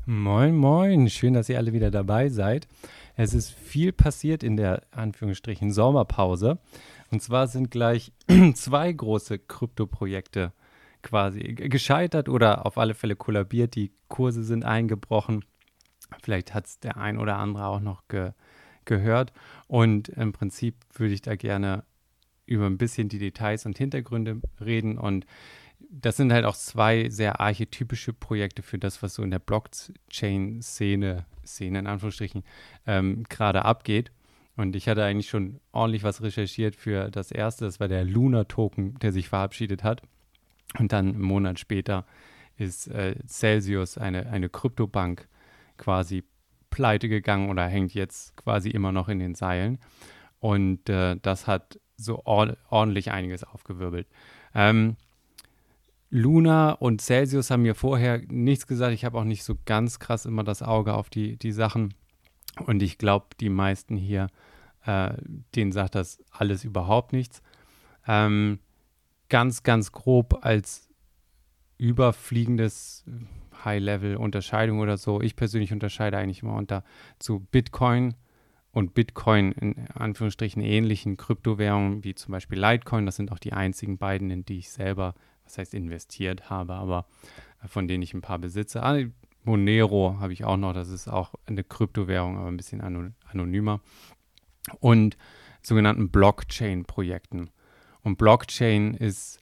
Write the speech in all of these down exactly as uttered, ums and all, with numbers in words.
Moin, moin. Schön, dass ihr alle wieder dabei seid. Es ist viel passiert in der Anführungsstrichen Sommerpause. Und zwar sind gleich zwei große Krypto-Projekte quasi g- gescheitert oder auf alle Fälle kollabiert. Die Kurse sind eingebrochen. Vielleicht hat es der ein oder andere auch noch ge gehört. Und im Prinzip würde ich da gerne über ein bisschen die Details und Hintergründe reden. Und das sind halt auch zwei sehr archetypische Projekte für das, was so in der Blockchain-Szene, Szene in Anführungsstrichen, ähm, gerade abgeht. Und ich hatte eigentlich schon ordentlich was recherchiert für das erste. Das war der Luna-Token, der sich verabschiedet hat. Und dann einen Monat später ist äh, Celsius, eine, eine Kryptobank, quasi pleite gegangen oder hängt jetzt quasi immer noch in den Seilen. Und äh, das hat so or ordentlich einiges aufgewirbelt. Ähm, Luna und Celsius haben mir vorher nichts gesagt. Ich habe auch nicht so ganz krass immer das Auge auf die, die Sachen. Und ich glaube, die meisten hier, äh, denen sagt das alles überhaupt nichts. Ähm, ganz, ganz grob als überfliegendes High-Level-Unterscheidung oder so. Ich persönlich unterscheide eigentlich immer unter zu Bitcoin und Bitcoin in Anführungsstrichen ähnlichen Kryptowährungen wie zum Beispiel Litecoin. Das sind auch die einzigen beiden, in die ich selber, was heißt investiert habe, aber von denen ich ein paar besitze. Ah, Monero habe ich auch noch, das ist auch eine Kryptowährung, aber ein bisschen anonymer. Und sogenannten Blockchain-Projekten. Und Blockchain ist,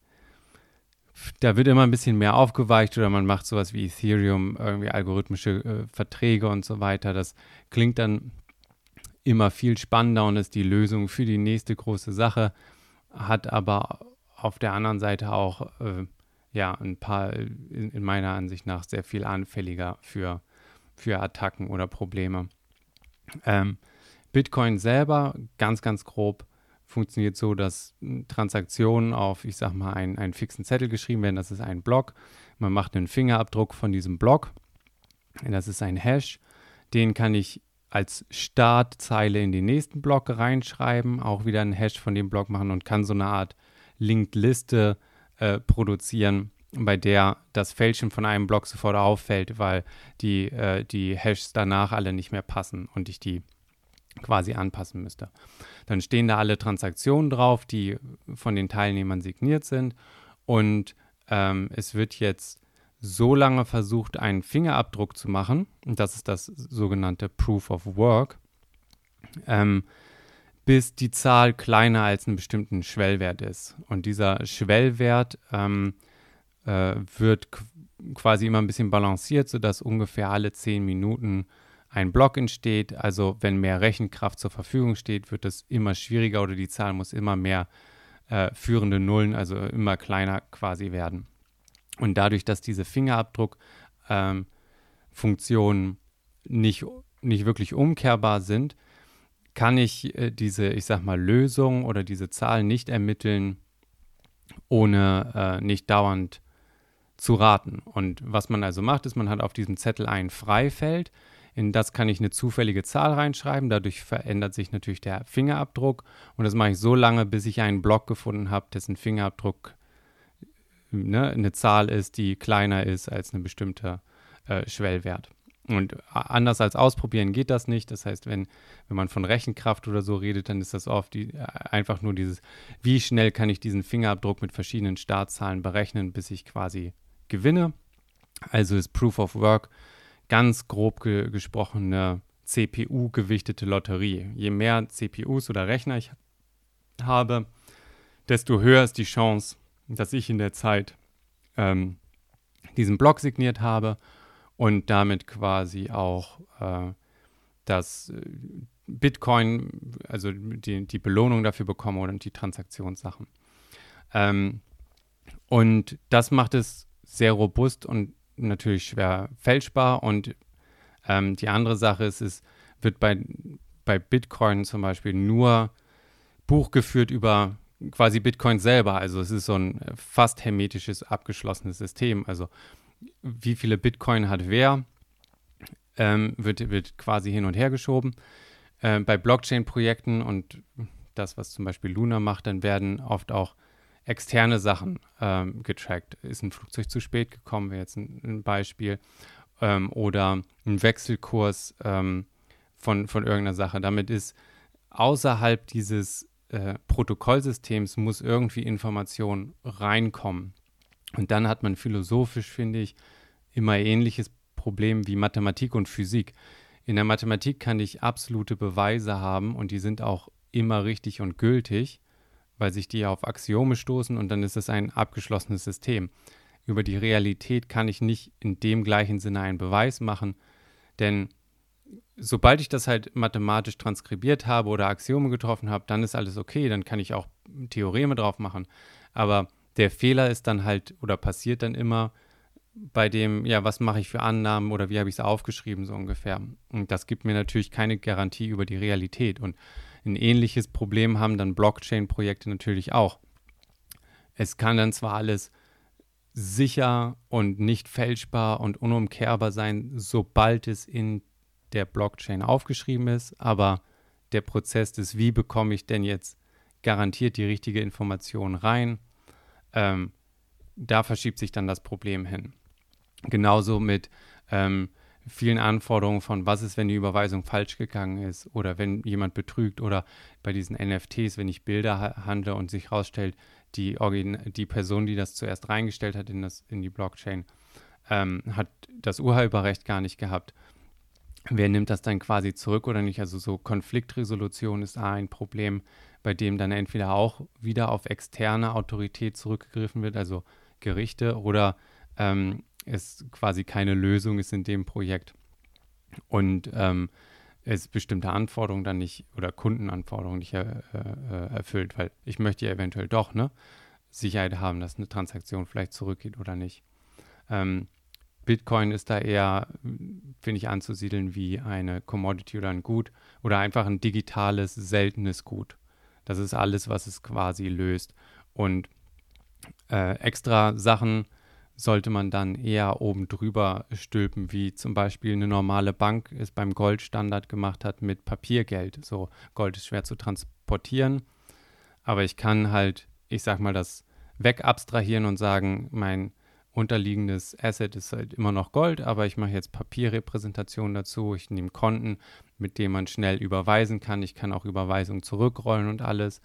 da wird immer ein bisschen mehr aufgeweicht oder man macht sowas wie Ethereum, irgendwie algorithmische äh, Verträge und so weiter. Das klingt dann immer viel spannender und ist die Lösung für die nächste große Sache, hat aber auf der anderen Seite auch äh, ja, ein paar, in, in meiner Ansicht nach, sehr viel anfälliger für, für Attacken oder Probleme. Ähm, Bitcoin selber, ganz, ganz grob, funktioniert so, dass Transaktionen auf, ich sag mal, einen, einen fixen Zettel geschrieben werden. Das ist ein Block. Man macht einen Fingerabdruck von diesem Block. Das ist ein Hash. Den kann ich als Startzeile in den nächsten Block reinschreiben, auch wieder einen Hash von dem Block machen und kann so eine Art Linked-Liste äh, produzieren, bei der das Fälschen von einem Block sofort auffällt, weil die, äh, die Hashs danach alle nicht mehr passen und ich die quasi anpassen müsste. Dann stehen da alle Transaktionen drauf, die von den Teilnehmern signiert sind und ähm, es wird jetzt so lange versucht, einen Fingerabdruck zu machen, und das ist das sogenannte Proof of Work, ähm, bis die Zahl kleiner als einen bestimmten Schwellwert ist. Und dieser Schwellwert ähm, äh, wird quasi immer ein bisschen balanciert, sodass ungefähr alle zehn Minuten ein Block entsteht. Also wenn mehr Rechenkraft zur Verfügung steht, wird es immer schwieriger oder die Zahl muss immer mehr äh, führende Nullen, also immer kleiner quasi werden. Und dadurch, dass diese Fingerabdruck-Funktionen ähm, nicht, nicht wirklich umkehrbar sind, kann ich äh, diese, ich sag mal, Lösung oder diese Zahl nicht ermitteln, ohne äh, nicht dauernd zu raten. Und was man also macht, ist, man hat auf diesem Zettel ein Freifeld, in das kann ich eine zufällige Zahl reinschreiben. Dadurch verändert sich natürlich der Fingerabdruck. Und das mache ich so lange, bis ich einen Block gefunden habe, dessen Fingerabdruck ne, eine Zahl ist, die kleiner ist als ein bestimmter äh, Schwellwert. Und anders als ausprobieren geht das nicht. Das heißt, wenn, wenn man von Rechenkraft oder so redet, dann ist das oft die, äh, einfach nur dieses, wie schnell kann ich diesen Fingerabdruck mit verschiedenen Startzahlen berechnen, bis ich quasi gewinne. Also ist Proof of Work ganz grob ge- gesprochen eine C P U-gewichtete Lotterie. Je mehr C P Us oder Rechner ich habe, desto höher ist die Chance, dass ich in der Zeit ähm, diesen Block signiert habe und damit quasi auch äh, das Bitcoin, also die, die Belohnung dafür bekomme oder die Transaktionssachen. Ähm, und das macht es sehr robust und natürlich schwer fälschbar. Und ähm, die andere Sache ist, es wird bei, bei Bitcoin zum Beispiel nur Buch geführt über quasi Bitcoin selber. Also es ist so ein fast hermetisches, abgeschlossenes System. Also wie viele Bitcoin hat wer, ähm, wird, wird quasi hin und her geschoben. Äh, bei Blockchain-Projekten und das, was zum Beispiel Luna macht, dann werden oft auch externe Sachen ähm, getrackt. Ist ein Flugzeug zu spät gekommen, wäre jetzt ein, ein Beispiel. ähm, oder ein Wechselkurs ähm, von, von irgendeiner Sache. Damit ist außerhalb dieses äh, Protokollsystems muss irgendwie Information reinkommen. Und dann hat man philosophisch, finde ich, immer ähnliches Problem wie Mathematik und Physik. In der Mathematik kann ich absolute Beweise haben und die sind auch immer richtig und gültig, weil sich die auf Axiome stoßen und dann ist es ein abgeschlossenes System. Über die Realität kann ich nicht in dem gleichen Sinne einen Beweis machen, denn sobald ich das halt mathematisch transkribiert habe oder Axiome getroffen habe, dann ist alles okay, dann kann ich auch Theoreme drauf machen. Aber der Fehler ist dann halt oder passiert dann immer bei dem, ja, was mache ich für Annahmen oder wie habe ich es aufgeschrieben, so ungefähr. Und das gibt mir natürlich keine Garantie über die Realität. Und ein ähnliches Problem haben dann Blockchain-Projekte natürlich auch. Es kann dann zwar alles sicher und nicht fälschbar und unumkehrbar sein, sobald es in der Blockchain aufgeschrieben ist, aber der Prozess des, wie bekomme ich denn jetzt garantiert die richtige Information rein, ähm, da verschiebt sich dann das Problem hin. Genauso mit ähm, vielen Anforderungen von, was ist, wenn die Überweisung falsch gegangen ist oder wenn jemand betrügt oder bei diesen N F Ts, wenn ich Bilder ha- handle und sich herausstellt, die, die Person, die das zuerst reingestellt hat in, das, in die Blockchain, ähm, hat das Urheberrecht gar nicht gehabt. Wer nimmt das dann quasi zurück oder nicht? Also so Konfliktresolution ist ein Problem, bei dem dann entweder auch wieder auf externe Autorität zurückgegriffen wird, also Gerichte, oder ähm, es quasi keine Lösung ist in dem Projekt und ähm, es bestimmte Anforderungen dann nicht oder Kundenanforderungen nicht er, äh, erfüllt, weil ich möchte ja eventuell doch ne, Sicherheit haben, dass eine Transaktion vielleicht zurückgeht oder nicht. Ähm, Bitcoin ist da eher, finde ich, anzusiedeln wie eine Commodity oder ein Gut oder einfach ein digitales, seltenes Gut. Das ist alles, was es quasi löst. Und äh, extra Sachen sollte man dann eher oben drüber stülpen, wie zum Beispiel eine normale Bank es beim Goldstandard gemacht hat mit Papiergeld. So, Gold ist schwer zu transportieren, aber ich kann halt, ich sag mal, das wegabstrahieren und sagen, mein unterliegendes Asset ist halt immer noch Gold, aber ich mache jetzt Papierrepräsentation dazu. Ich nehme Konten, mit denen man schnell überweisen kann. Ich kann auch Überweisungen zurückrollen und alles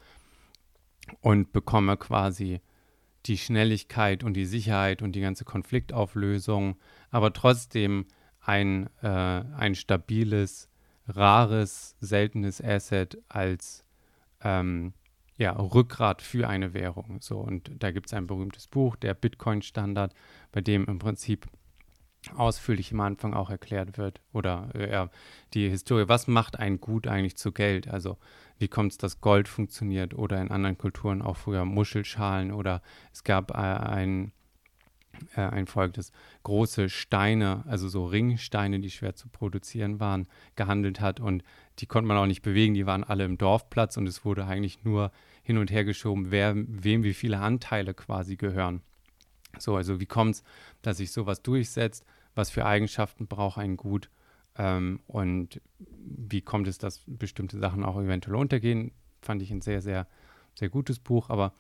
und bekomme quasi die Schnelligkeit und die Sicherheit und die ganze Konfliktauflösung, aber trotzdem ein, äh, ein stabiles, rares, seltenes Asset als ähm, ja, Rückgrat für eine Währung. So, und da gibt es ein berühmtes Buch, der Bitcoin-Standard, bei dem im Prinzip ausführlich am Anfang auch erklärt wird oder äh, die Historie, was macht ein Gut eigentlich zu Geld? Also wie kommt es, dass Gold funktioniert oder in anderen Kulturen auch früher Muschelschalen oder es gab äh, ein, äh, ein Volk, das große Steine, also so Ringsteine, die schwer zu produzieren waren, gehandelt hat und die konnte man auch nicht bewegen, die waren alle im Dorfplatz und es wurde eigentlich nur hin und her geschoben, wer, wem wie viele Anteile quasi gehören. So, also wie kommt es, dass sich sowas durchsetzt? Was für Eigenschaften braucht ein Gut? Ähm, und wie kommt es, dass bestimmte Sachen auch eventuell untergehen? Fand ich ein sehr, sehr, sehr gutes Buch. Aber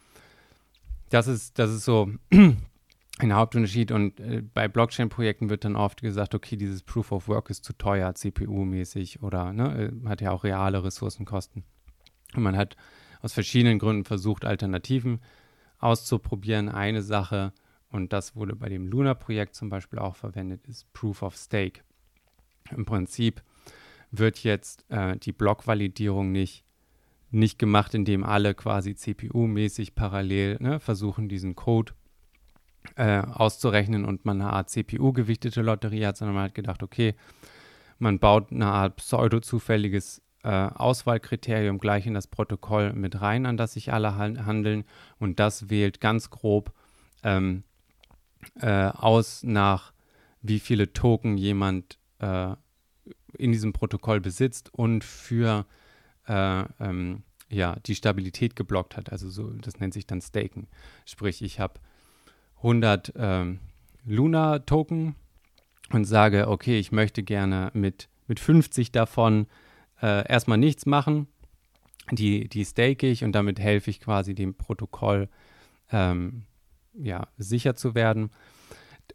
das ist, das ist so ein Hauptunterschied. Und äh, bei Blockchain-Projekten wird dann oft gesagt, okay, dieses Proof of Work ist zu teuer, C P U-mäßig oder ne, hat ja auch reale Ressourcenkosten. Und man hat aus verschiedenen Gründen versucht, Alternativen auszuprobieren. Eine Sache, und das wurde bei dem Luna-Projekt zum Beispiel auch verwendet, ist Proof of Stake. Im Prinzip wird jetzt äh, die Blockvalidierung nicht, nicht gemacht, indem alle quasi C P U-mäßig parallel ne, versuchen, diesen Code äh, auszurechnen und man eine Art C P U-gewichtete Lotterie hat, sondern man hat gedacht, okay, man baut eine Art pseudo-zufälliges äh, Auswahlkriterium gleich in das Protokoll mit rein, an das sich alle han- handeln und das wählt ganz grob ähm, äh, aus nach wie viele Token jemand äh, in diesem Protokoll besitzt und für äh, ähm, ja, die Stabilität geblockt hat. Also so, das nennt sich dann Staken. Sprich, ich habe hundert ähm, Luna-Token und sage, okay, ich möchte gerne mit, mit fünfzig davon äh, erstmal nichts machen. Die, die stake ich und damit helfe ich quasi dem Protokoll ähm, ja, sicher zu werden.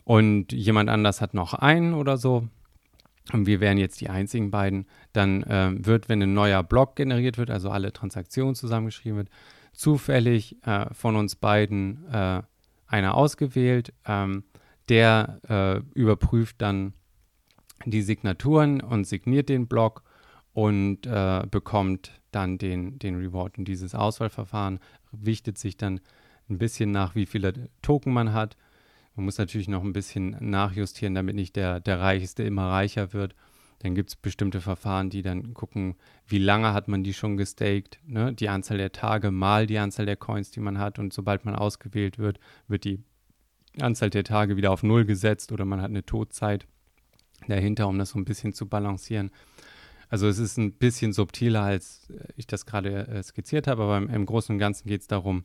und jemand anders hat noch einen oder so, und wir wären jetzt die einzigen beiden, dann äh, wird, wenn ein neuer Block generiert wird, also alle Transaktionen zusammengeschrieben wird, zufällig äh, von uns beiden äh, einer ausgewählt, ähm, der äh, überprüft dann die Signaturen und signiert den Block und äh, bekommt dann den, den Reward. Und dieses Auswahlverfahren wichtet sich dann ein bisschen nach, wie viele Token man hat. Man muss natürlich noch ein bisschen nachjustieren, damit nicht der, der Reichste immer reicher wird. Dann gibt es bestimmte Verfahren, die dann gucken, wie lange hat man die schon gestaked, ne? Die Anzahl der Tage mal die Anzahl der Coins, die man hat. Und sobald man ausgewählt wird, wird die Anzahl der Tage wieder auf Null gesetzt oder man hat eine Todzeit dahinter, um das so ein bisschen zu balancieren. Also es ist ein bisschen subtiler, als ich das gerade äh, skizziert habe, aber im, im Großen und Ganzen geht es darum,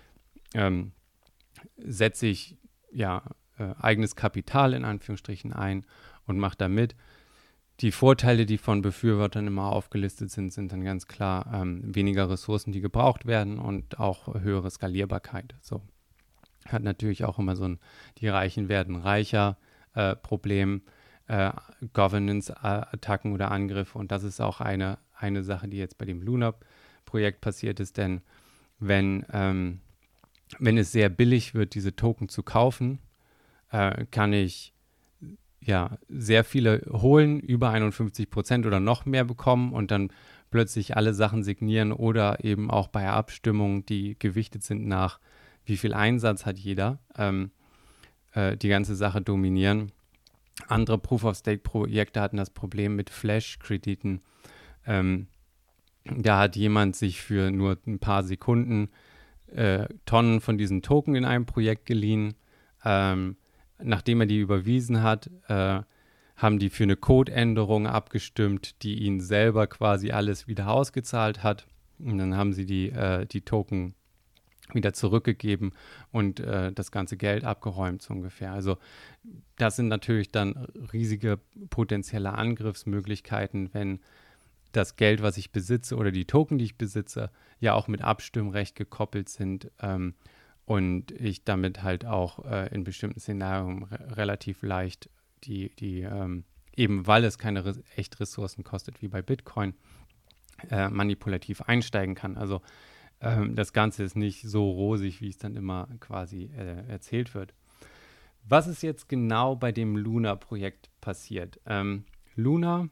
ähm, setze ich ja äh, eigenes Kapital in Anführungsstrichen ein und mache damit. Die Vorteile, die von Befürwortern immer aufgelistet sind, sind dann ganz klar ähm, weniger Ressourcen, die gebraucht werden und auch höhere Skalierbarkeit. So hat natürlich auch immer so ein die Reichen werden reicher äh, Problem, äh, Governance-Attacken oder Angriffe, und das ist auch eine, eine Sache, die jetzt bei dem Luna-Projekt passiert ist, denn wenn, ähm, wenn es sehr billig wird, diese Token zu kaufen, äh, kann ich ja sehr viele holen, über einundfünfzig Prozent oder noch mehr bekommen und dann plötzlich alle Sachen signieren oder eben auch bei Abstimmungen, die gewichtet sind nach wie viel Einsatz hat jeder, ähm, äh, die ganze Sache dominieren. Andere Proof-of-Stake-Projekte hatten das Problem mit Flash-Krediten. Ähm, da hat jemand sich für nur ein paar Sekunden äh, Tonnen von diesen Token in einem Projekt geliehen. Ähm, nachdem er die überwiesen hat, äh, haben die für eine Codeänderung abgestimmt, die ihn selber quasi alles wieder ausgezahlt hat. Und dann haben sie die, äh, die Token wieder zurückgegeben und äh, das ganze Geld abgeräumt so ungefähr. Also das sind natürlich dann riesige potenzielle Angriffsmöglichkeiten, wenn das Geld, was ich besitze oder die Token, die ich besitze, ja auch mit Abstimmrecht gekoppelt sind ähm, und ich damit halt auch äh, in bestimmten Szenarien re- relativ leicht die, die ähm, eben weil es keine res- echt Ressourcen kostet wie bei Bitcoin, äh, manipulativ einsteigen kann. Also ähm, das Ganze ist nicht so rosig, wie es dann immer quasi äh, erzählt wird. Was ist jetzt genau bei dem Luna-Projekt passiert? Ähm, Luna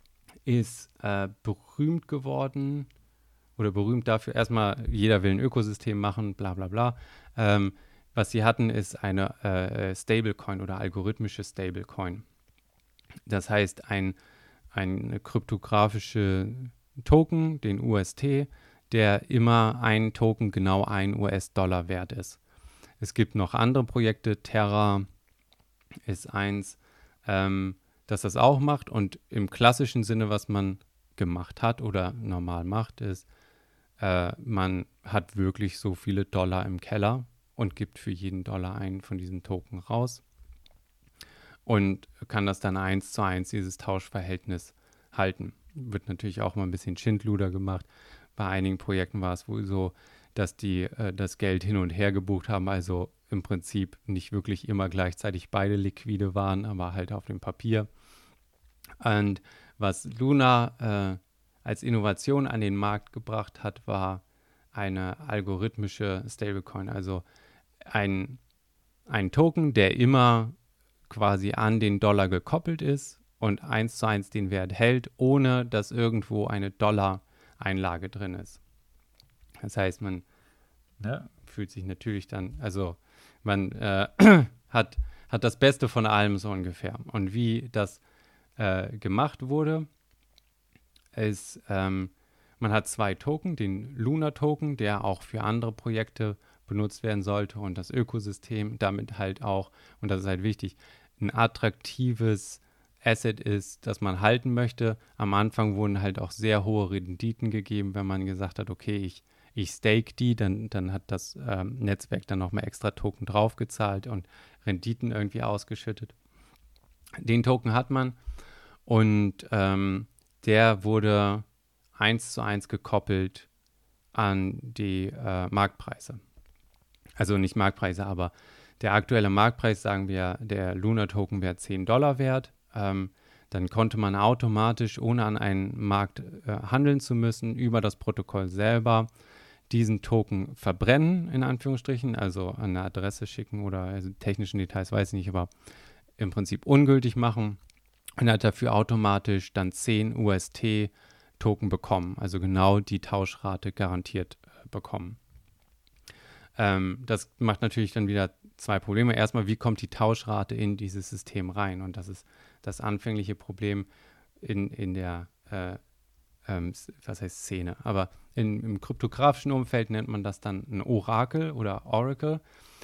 ist äh, berühmt geworden oder berühmt dafür, erstmal jeder will ein Ökosystem machen, bla bla bla. Ähm, was sie hatten, ist eine äh, Stablecoin oder algorithmische Stablecoin. Das heißt, ein, ein kryptografische Token, den U S T, der immer ein Token genau ein U S-Dollar wert ist. Es gibt noch andere Projekte, Terra ist eins, ähm, das das auch macht, und im klassischen Sinne, was man gemacht hat oder normal macht, ist, äh, man hat wirklich so viele Dollar im Keller und gibt für jeden Dollar einen von diesen Token raus und kann das dann eins zu eins, dieses Tauschverhältnis, halten. Wird natürlich auch mal ein bisschen Schindluder gemacht. Bei einigen Projekten war es wohl so, dass die äh, das Geld hin und her gebucht haben, also im Prinzip nicht wirklich immer gleichzeitig beide liquide waren, aber halt auf dem Papier. Und was Luna äh, als Innovation an den Markt gebracht hat, war eine algorithmische Stablecoin, also ein, ein Token, der immer quasi an den Dollar gekoppelt ist und eins zu eins den Wert hält, ohne dass irgendwo eine Dollar-Einlage drin ist. Das heißt, man ja, fühlt sich natürlich dann, also man äh, hat, hat das Beste von allem so ungefähr. Und wie das äh, gemacht wurde, ist, ähm, man hat zwei Token, den Luna-Token, der auch für andere Projekte benutzt werden sollte, und das Ökosystem damit halt auch, und das ist halt wichtig, ein attraktives Asset ist, das man halten möchte. Am Anfang wurden halt auch sehr hohe Renditen gegeben, wenn man gesagt hat, okay, ich, ich stake die, dann, dann hat das ähm, Netzwerk dann nochmal extra Token draufgezahlt und Renditen irgendwie ausgeschüttet. Den Token hat man, und ähm, der wurde eins zu eins gekoppelt an die äh, Marktpreise. Also nicht Marktpreise, aber der aktuelle Marktpreis, sagen wir, der Luna-Token wäre zehn Dollar wert. Ähm, dann konnte man automatisch, ohne an einen Markt äh, handeln zu müssen, über das Protokoll selber diesen Token verbrennen, in Anführungsstrichen, also an eine Adresse schicken oder also technischen Details weiß ich nicht, aber im Prinzip ungültig machen und hat dafür automatisch dann zehn U S T-Token bekommen, also genau die Tauschrate garantiert äh, bekommen. Ähm, das macht natürlich dann wieder zwei Probleme. Erstmal, wie kommt die Tauschrate in dieses System rein? Und das ist das anfängliche Problem in, in der äh, ähm, was heißt Szene, aber in, im kryptografischen Umfeld nennt man das dann ein Orakel oder Oracle.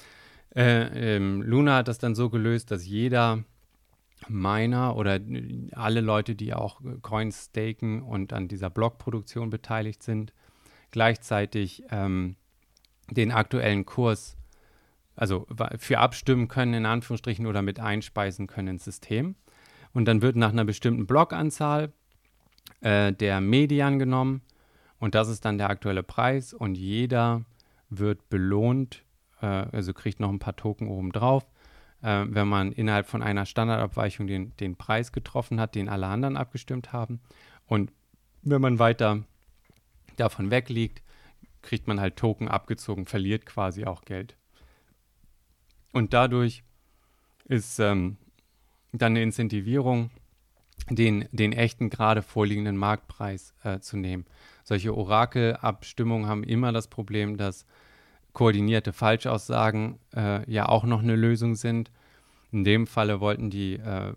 Äh, ähm, Luna hat das dann so gelöst, dass jeder Miner oder alle Leute, die auch Coins staken und an dieser Blockproduktion beteiligt sind, gleichzeitig ähm, den aktuellen Kurs, also für abstimmen können, in Anführungsstrichen, oder mit einspeisen können ins System. Und dann wird nach einer bestimmten Blockanzahl äh, der Median genommen und das ist dann der aktuelle Preis und jeder wird belohnt, äh, also kriegt noch ein paar Token oben drauf, äh, wenn man innerhalb von einer Standardabweichung den, den Preis getroffen hat, den alle anderen abgestimmt haben. Und wenn man weiter davon wegliegt, kriegt man halt Token abgezogen, verliert quasi auch Geld. Und dadurch ist ähm, dann eine Incentivierung, den, den echten gerade vorliegenden Marktpreis äh, zu nehmen. Solche Orakelabstimmungen haben immer das Problem, dass koordinierte Falschaussagen äh, ja auch noch eine Lösung sind. In dem Falle wollten die äh,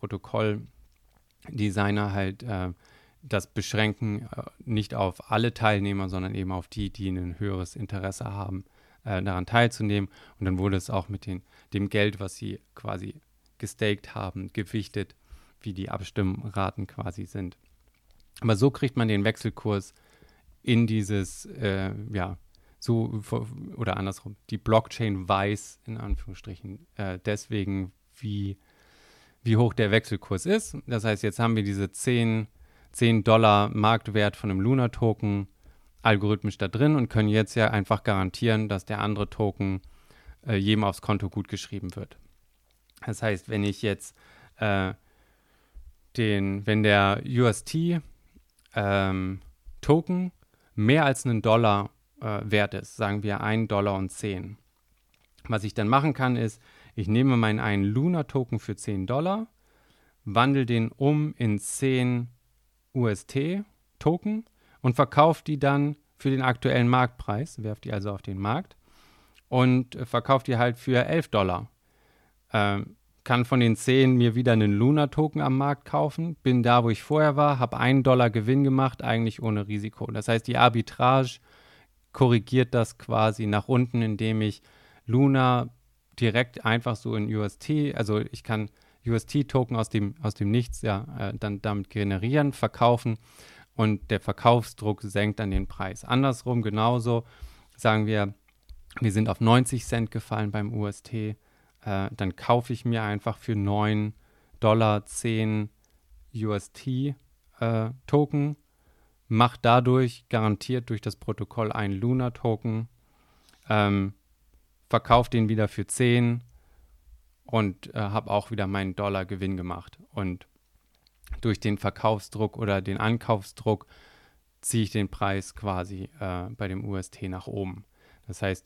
Protokolldesigner halt äh, das beschränken, äh, nicht auf alle Teilnehmer, sondern eben auf die, die ein höheres Interesse haben, äh, daran teilzunehmen. Und dann wurde es auch mit den, dem Geld, was sie quasi gestaked haben, gewichtet, wie die Abstimmraten quasi sind. Aber so kriegt man den Wechselkurs in dieses, äh, ja, so, oder andersrum, die Blockchain weiß, in Anführungsstrichen, äh, deswegen, wie, wie hoch der Wechselkurs ist. Das heißt, jetzt haben wir diese zehn Dollar Marktwert von einem Luna-Token algorithmisch da drin und können jetzt ja einfach garantieren, dass der andere Token äh, jedem aufs Konto gut geschrieben wird. Das heißt, wenn ich jetzt äh, den, wenn der U S T ähm, Token mehr als einen Dollar äh, wert ist, sagen wir ein Dollar und zehn. Was ich dann machen kann, ist, ich nehme meinen einen Luna-Token für zehn Dollar, wandle den um in zehn U S T-Token und verkaufe die dann für den aktuellen Marktpreis, werfe die also auf den Markt und äh, verkaufe die halt für elf Dollar. Ähm, kann von den zehn mir wieder einen Luna-Token am Markt kaufen, bin da, wo ich vorher war, habe einen Dollar Gewinn gemacht, eigentlich ohne Risiko. Das heißt, die Arbitrage korrigiert das quasi nach unten, indem ich Luna direkt einfach so in U S T, also ich kann U S T-Token aus dem, aus dem Nichts ja äh, dann damit generieren, verkaufen und der Verkaufsdruck senkt dann den Preis. Andersrum genauso, sagen wir, wir sind auf neunzig Cent gefallen beim U S T, äh, dann kaufe ich mir einfach für neun Dollar zehn U S T-Token, äh, mache dadurch garantiert durch das Protokoll einen Luna-Token, ähm, verkaufe den wieder für zehn und äh, habe auch wieder meinen Dollar Gewinn gemacht. Und durch den Verkaufsdruck oder den Ankaufsdruck ziehe ich den Preis quasi äh, bei dem U S T nach oben. Das heißt,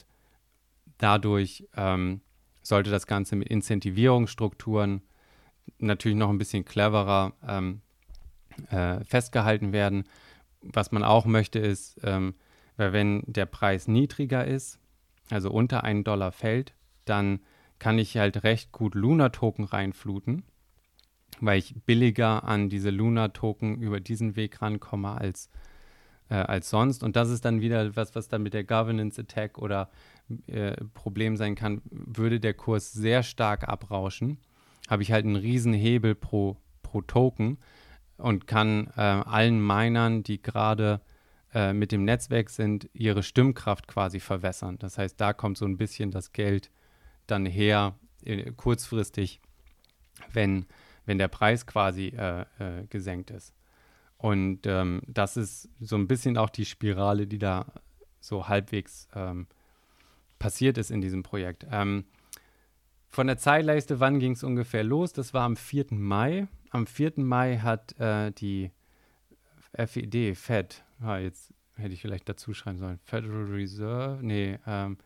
dadurch ähm, sollte das Ganze mit Incentivierungsstrukturen natürlich noch ein bisschen cleverer ähm, äh, festgehalten werden. Was man auch möchte ist, ähm, weil wenn der Preis niedriger ist, also unter einen Dollar fällt, dann kann ich halt recht gut Luna-Token reinfluten, weil ich billiger an diese Luna-Token über diesen Weg rankomme als, äh, als sonst. Und das ist dann wieder was, was dann mit der Governance-Attack oder äh, Problem sein kann. Würde der Kurs sehr stark abrauschen, habe ich halt einen riesen Hebel pro, pro Token und kann äh, allen Minern, die gerade äh, mit dem Netzwerk sind, ihre Stimmkraft quasi verwässern. Das heißt, da kommt so ein bisschen das Geld dann her, äh, kurzfristig, wenn, wenn der Preis quasi äh, äh, gesenkt ist. Und ähm, das ist so ein bisschen auch die Spirale, die da so halbwegs ähm, passiert ist in diesem Projekt. Ähm, von der Zeitleiste, wann ging es ungefähr los? Das war am vierten Mai. Am vierten Mai hat äh, die F E D, Fed, ah, jetzt hätte ich vielleicht dazu schreiben sollen, Federal Reserve, nee, ähm,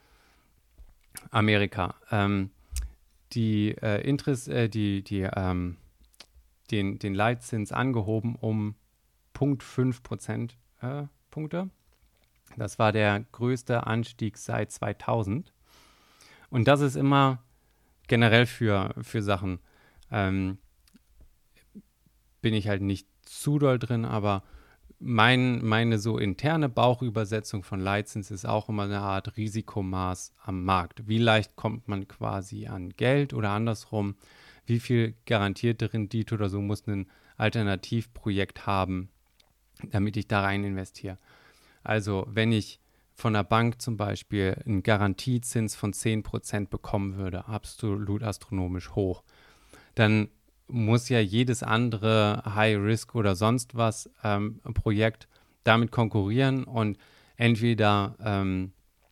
Amerika, ähm, die äh, Interest, äh, die, die, ähm, den, den Leitzins angehoben um null Komma fünf Prozentpunkte. Äh, das war der größte Anstieg seit zweitausend. Und das ist immer generell für, für Sachen, ähm, bin ich halt nicht zu doll drin, aber mein, meine so interne Bauchübersetzung von Leitzins ist auch immer eine Art Risikomaß am Markt. Wie leicht kommt man quasi an Geld oder andersrum, wie viel garantierte Rendite oder so muss ein Alternativprojekt haben, damit ich da rein investiere. Also wenn ich von der Bank zum Beispiel einen Garantiezins von zehn Prozent bekommen würde, absolut astronomisch hoch, dann muss ja jedes andere High-Risk oder sonst was ähm, Projekt damit konkurrieren und entweder ähm,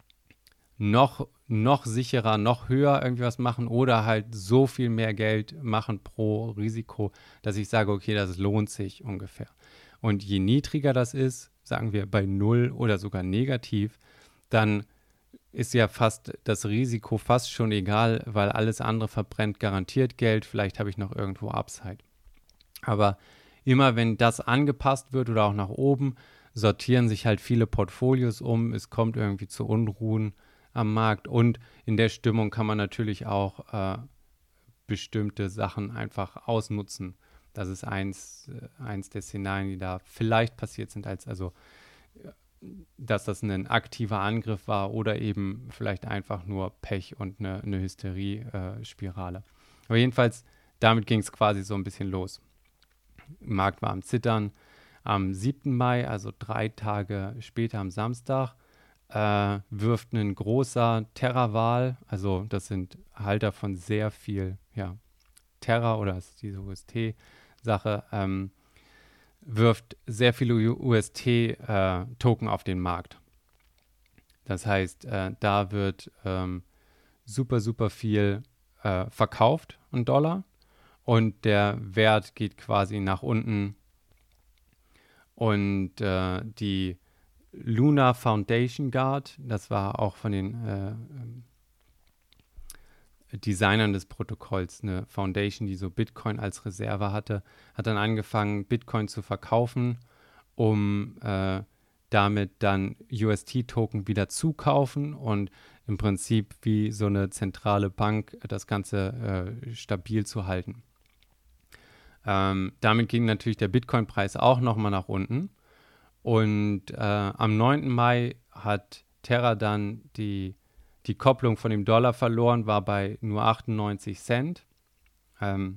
noch, noch sicherer, noch höher irgendwie was machen oder halt so viel mehr Geld machen pro Risiko, dass ich sage, okay, das lohnt sich ungefähr. Und je niedriger das ist, sagen wir bei null oder sogar negativ, dann ist ja fast das Risiko fast schon egal, weil alles andere verbrennt garantiert Geld. Vielleicht habe ich noch irgendwo Upside. Aber immer wenn das angepasst wird oder auch nach oben, sortieren sich halt viele Portfolios um. Es kommt irgendwie zu Unruhen am Markt und in der Stimmung kann man natürlich auch äh, bestimmte Sachen einfach ausnutzen. Das ist eins, äh, eins der Szenarien, die da vielleicht passiert sind, als also dass das ein aktiver Angriff war oder eben vielleicht einfach nur Pech und eine, eine Hysterie-Spirale. Äh, Aber jedenfalls, damit ging es quasi so ein bisschen los. Der Markt war am Zittern. Am siebten Mai, also drei Tage später am Samstag, äh, wirft ein großer Terra-Wal, also das sind Halter von sehr viel ja, Terra oder ist diese U S T-Sache, ähm, wirft sehr viele U S T-Token äh, auf den Markt. Das heißt, äh, da wird ähm, super, super viel äh, verkauft in Dollar und der Wert geht quasi nach unten. Und äh, die Luna Foundation Guard, das war auch von den äh, Designern des Protokolls eine Foundation, die so Bitcoin als Reserve hatte, hat dann angefangen, Bitcoin zu verkaufen, um äh, damit dann U S T-Token wieder zukaufen und im Prinzip wie so eine zentrale Bank das Ganze äh, stabil zu halten. Ähm, damit ging natürlich der Bitcoin-Preis auch nochmal nach unten. Und äh, am neunten Mai hat Terra dann die Die Kopplung von dem Dollar verloren, war bei nur achtundneunzig Cent. Ähm,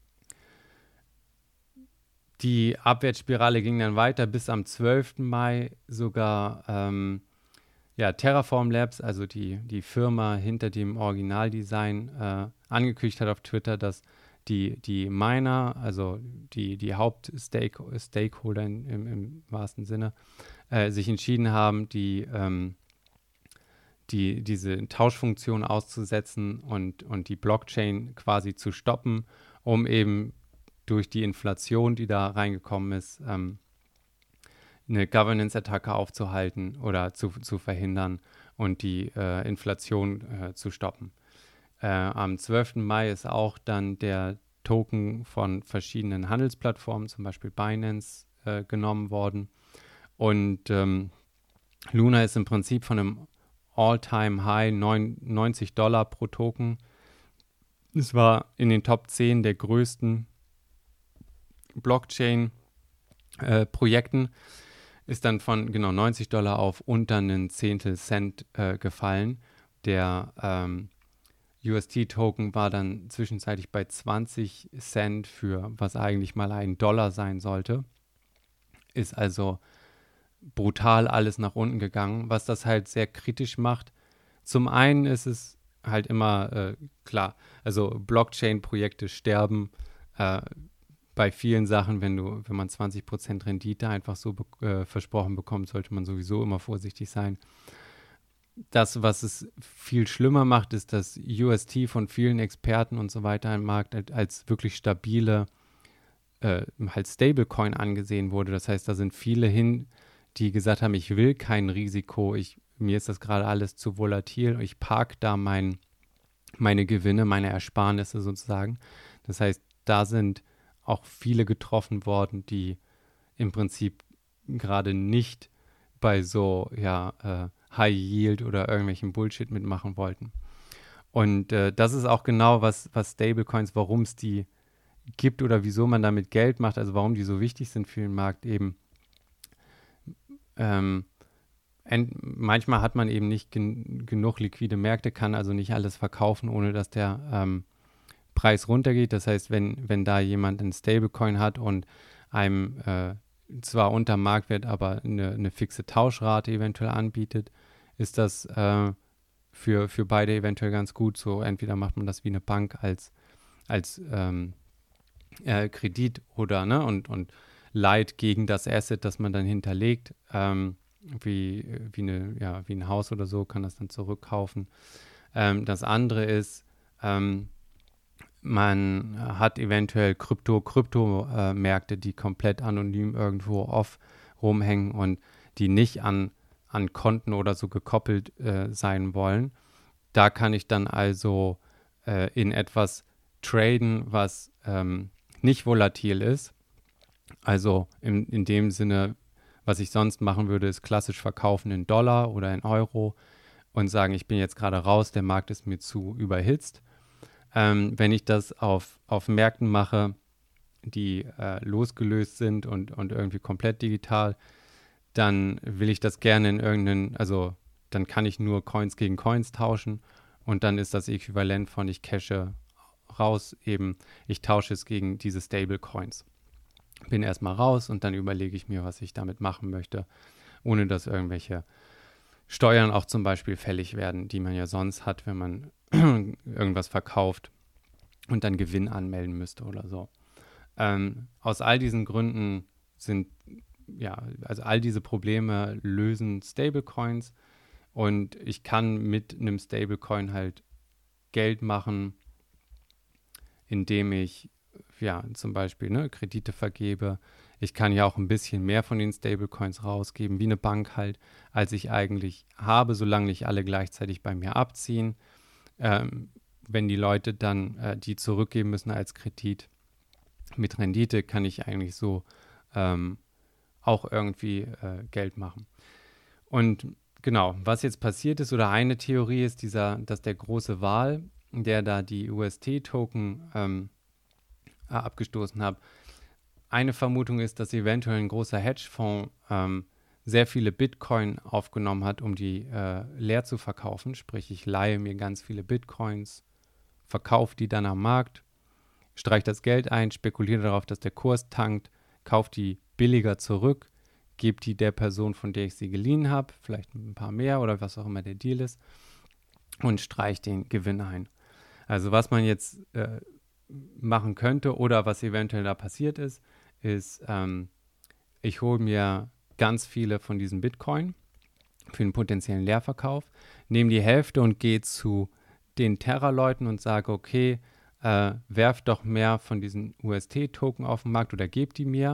die Abwärtsspirale ging dann weiter bis am zwölften Mai sogar ähm, ja, Terraform Labs, also die, die Firma hinter dem Originaldesign, äh, angekündigt hat auf Twitter, dass die, die Miner, also die, die Hauptstakeholder im, im wahrsten Sinne, äh, sich entschieden haben, die ähm, Die, diese Tauschfunktion auszusetzen und, und die Blockchain quasi zu stoppen, um eben durch die Inflation, die da reingekommen ist, ähm, eine Governance-Attacke aufzuhalten oder zu, zu verhindern und die äh, Inflation äh, zu stoppen. Äh, am zwölften Mai ist auch dann der Token von verschiedenen Handelsplattformen, zum Beispiel Binance, äh, genommen worden. Und ähm, Luna ist im Prinzip von einem All-Time-High, neunzig Dollar pro Token. Es war in den Top zehn der größten Blockchain-Projekten. Äh, ist dann von genau neunzig Dollar auf unter einen Zehntel Cent äh, gefallen. Der ähm, U S T-Token war dann zwischenzeitlich bei zwanzig Cent für was eigentlich mal ein Dollar sein sollte. Ist also brutal alles nach unten gegangen, was das halt sehr kritisch macht. Zum einen ist es halt immer äh, klar, also Blockchain-Projekte sterben äh, bei vielen Sachen, wenn du, wenn man zwanzig Prozent Rendite einfach so be- äh, versprochen bekommt, sollte man sowieso immer vorsichtig sein. das, was es viel schlimmer macht, ist, dass U S T von vielen Experten und so weiter im Markt als wirklich stabile äh, halt Stablecoin angesehen wurde. Das heißt, da sind viele hin, die gesagt haben, ich will kein Risiko, ich, mir ist das gerade alles zu volatil, ich parke da mein, meine Gewinne, meine Ersparnisse sozusagen. Das heißt, da sind auch viele getroffen worden, die im Prinzip gerade nicht bei so ja, äh, High Yield oder irgendwelchen Bullshit mitmachen wollten. Und äh, das ist auch genau, was, was Stablecoins, warum es die gibt oder wieso man damit Geld macht, also warum die so wichtig sind für den Markt eben. Ähm, ent- manchmal hat man eben nicht gen- genug liquide Märkte, kann also nicht alles verkaufen, ohne dass der ähm, Preis runtergeht. Das heißt, wenn, wenn da jemand einen Stablecoin hat und einem äh, zwar unter Marktwert, aber eine, eine fixe Tauschrate eventuell anbietet, ist das äh, für, für beide eventuell ganz gut. So entweder macht man das wie eine Bank als, als ähm, äh, Kredit oder ne und, und leiht gegen das Asset, das man dann hinterlegt, ähm, wie, wie, eine, ja, wie ein Haus oder so, kann das dann zurückkaufen. Ähm, das andere ist, ähm, man hat eventuell Krypto, Kryptomärkte, die komplett anonym irgendwo off rumhängen und die nicht an, an Konten oder so gekoppelt äh, sein wollen. Da kann ich dann also äh, in etwas traden, was ähm, nicht volatil ist. Also in, in dem Sinne, was ich sonst machen würde, ist klassisch verkaufen in Dollar oder in Euro und sagen, ich bin jetzt gerade raus, der Markt ist mir zu überhitzt. Ähm, wenn ich das auf, auf Märkten mache, die äh, losgelöst sind und, und irgendwie komplett digital, dann will ich das gerne in irgendeinen, also dann kann ich nur Coins gegen Coins tauschen und dann ist das Äquivalent von ich cache raus eben, ich tausche es gegen diese Stablecoins. Bin erstmal raus und dann überlege ich mir, was ich damit machen möchte, ohne dass irgendwelche Steuern auch zum Beispiel fällig werden, die man ja sonst hat, wenn man irgendwas verkauft und dann Gewinn anmelden müsste oder so. Ähm, aus all diesen Gründen sind, ja, also all diese Probleme lösen Stablecoins und ich kann mit einem Stablecoin halt Geld machen, indem ich ja zum Beispiel ne, Kredite vergebe. Ich kann ja auch ein bisschen mehr von den Stablecoins rausgeben, wie eine Bank halt, als ich eigentlich habe, solange nicht alle gleichzeitig bei mir abziehen. Ähm, wenn die Leute dann äh, die zurückgeben müssen als Kredit mit Rendite, kann ich eigentlich so ähm, auch irgendwie äh, Geld machen. Und genau, was jetzt passiert ist, oder eine Theorie ist dieser, dass der große Wal, der da die U S T-Token ähm, äh, abgestoßen hat, eine Vermutung ist, dass eventuell ein großer Hedgefonds ähm, sehr viele Bitcoin aufgenommen hat, um die äh, leer zu verkaufen. Sprich, ich leihe mir ganz viele Bitcoins, verkaufe die dann am Markt, streiche das Geld ein, spekuliere darauf, dass der Kurs tankt, kaufe die billiger zurück, gebe die der Person, von der ich sie geliehen habe, vielleicht ein paar mehr oder was auch immer der Deal ist, und streiche den Gewinn ein. Also was man jetzt äh, machen könnte oder was eventuell da passiert ist, ist, ähm, ich hole mir ganz viele von diesen Bitcoin für einen potenziellen Leerverkauf, nehme die Hälfte und gehe zu den Terra-Leuten und sage, okay, äh, werft doch mehr von diesen U S T-Token auf den Markt oder gebt die mir.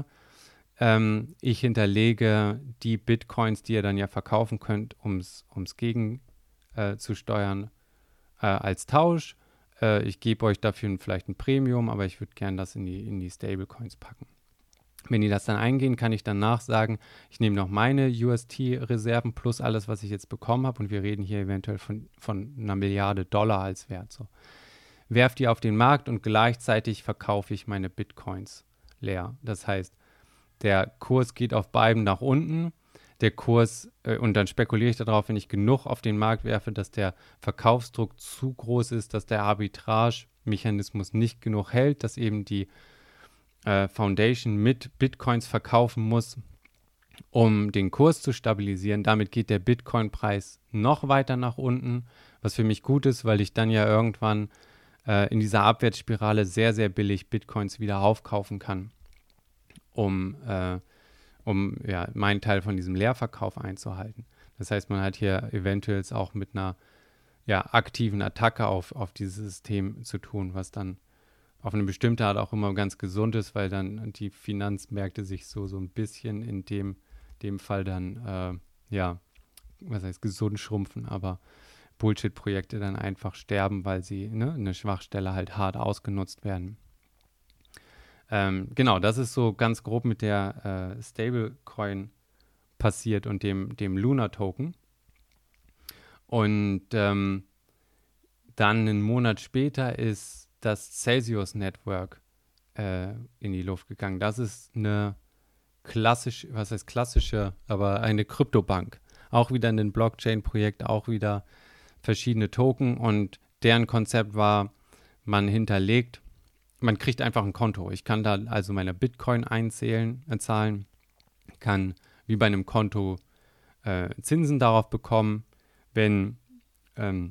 Ähm, ich hinterlege die Bitcoins, die ihr dann ja verkaufen könnt, um es gegen äh, zu steuern, äh, als Tausch. Äh, ich gebe euch dafür vielleicht ein Premium, aber ich würde gerne das in die, in die Stablecoins packen. Wenn die das dann eingehen, kann ich danach sagen, ich nehme noch meine U S T-Reserven plus alles, was ich jetzt bekommen habe und wir reden hier eventuell von, von einer Milliarde Dollar als Wert. So. Werf die auf den Markt und gleichzeitig verkaufe ich meine Bitcoins leer. Das heißt, der Kurs geht auf beiden nach unten, der Kurs, äh, und dann spekuliere ich darauf, wenn ich genug auf den Markt werfe, dass der Verkaufsdruck zu groß ist, dass der Arbitrage-Mechanismus nicht genug hält, dass eben die äh, Foundation mit Bitcoins verkaufen muss, um den Kurs zu stabilisieren. Damit geht der Bitcoin-Preis noch weiter nach unten, was für mich gut ist, weil ich dann ja irgendwann äh, in dieser Abwärtsspirale sehr, sehr billig Bitcoins wieder aufkaufen kann, um, äh, um ja, meinen Teil von diesem Leerverkauf einzuhalten. Das heißt, man hat hier eventuell auch mit einer ja, aktiven Attacke auf, auf dieses System zu tun, was dann auf eine bestimmte Art auch immer ganz gesund ist, weil dann die Finanzmärkte sich so, so ein bisschen in dem, dem Fall dann, äh, ja, was heißt gesund schrumpfen, aber Bullshit-Projekte dann einfach sterben, weil sie, ne, eine Schwachstelle halt hart ausgenutzt werden. Ähm, genau, das ist so ganz grob mit der äh, Stablecoin passiert und dem, dem Luna-Token. Und ähm, dann einen Monat später ist das Celsius Network äh, in die Luft gegangen. Das ist eine klassische, was heißt klassische, aber eine Kryptobank. Auch wieder ein Blockchain-Projekt, auch wieder verschiedene Token und deren Konzept war, man hinterlegt, man kriegt einfach ein Konto. Ich kann da also meine Bitcoin einzählen, äh, zahlen, kann wie bei einem Konto äh, Zinsen darauf bekommen, wenn ähm,